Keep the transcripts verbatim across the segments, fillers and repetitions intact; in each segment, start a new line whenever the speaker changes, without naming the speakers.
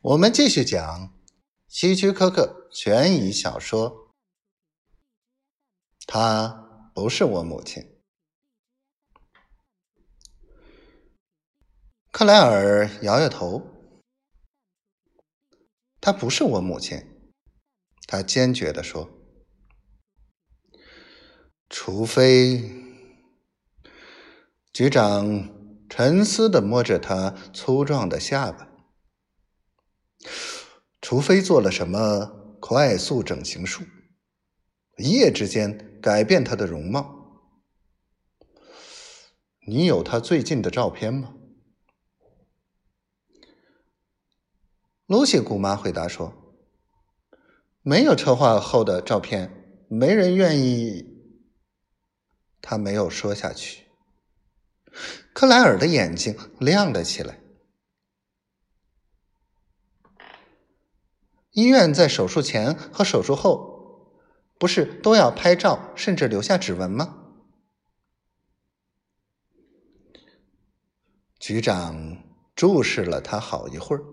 我们继续讲希区柯克悬疑小说。她不是我母亲。克莱尔摇摇头。她不是我母亲，她坚决地说。除非……局长沉思地摸着她粗壮的下巴。除非做了什么快速整形术，一夜之间改变她的容貌。你有她最近的照片吗？露西姑妈回答说，没有车祸后的照片，没人愿意。她没有说下去。克莱尔的眼睛亮了起来。医院在手术前和手术后不是都要拍照甚至留下指纹吗？局长注视了他好一会儿。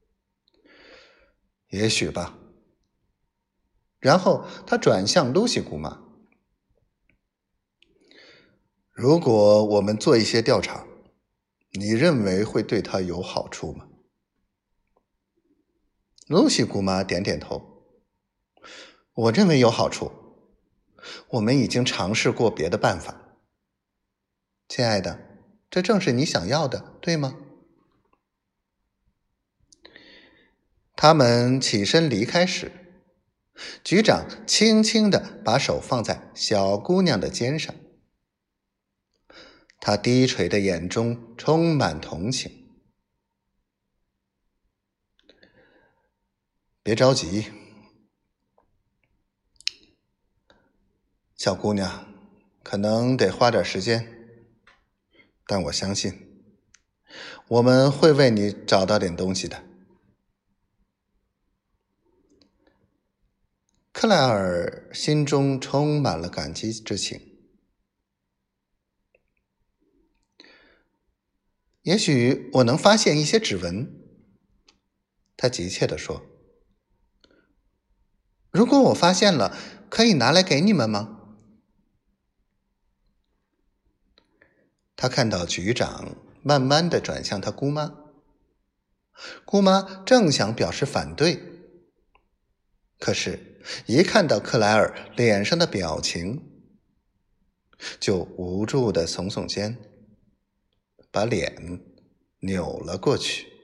也许吧。然后他转向露西姑妈。如果我们做一些调查，你认为会对他有好处吗？露西姑妈点点头。我认为有好处。我们已经尝试过别的办法。亲爱的，这正是你想要的，对吗？他们起身离开时，局长轻轻地把手放在小姑娘的肩上。他低垂的眼中充满同情。别着急，小姑娘，可能得花点时间，但我相信我们会为你找到点东西的。克莱尔心中充满了感激之情。也许我能发现一些指纹，他急切地说。如果我发现了，可以拿来给你们吗？他看到局长慢慢地转向他姑妈。姑妈正想表示反对，可是一看到克莱尔脸上的表情，就无助地耸耸肩，把脸扭了过去。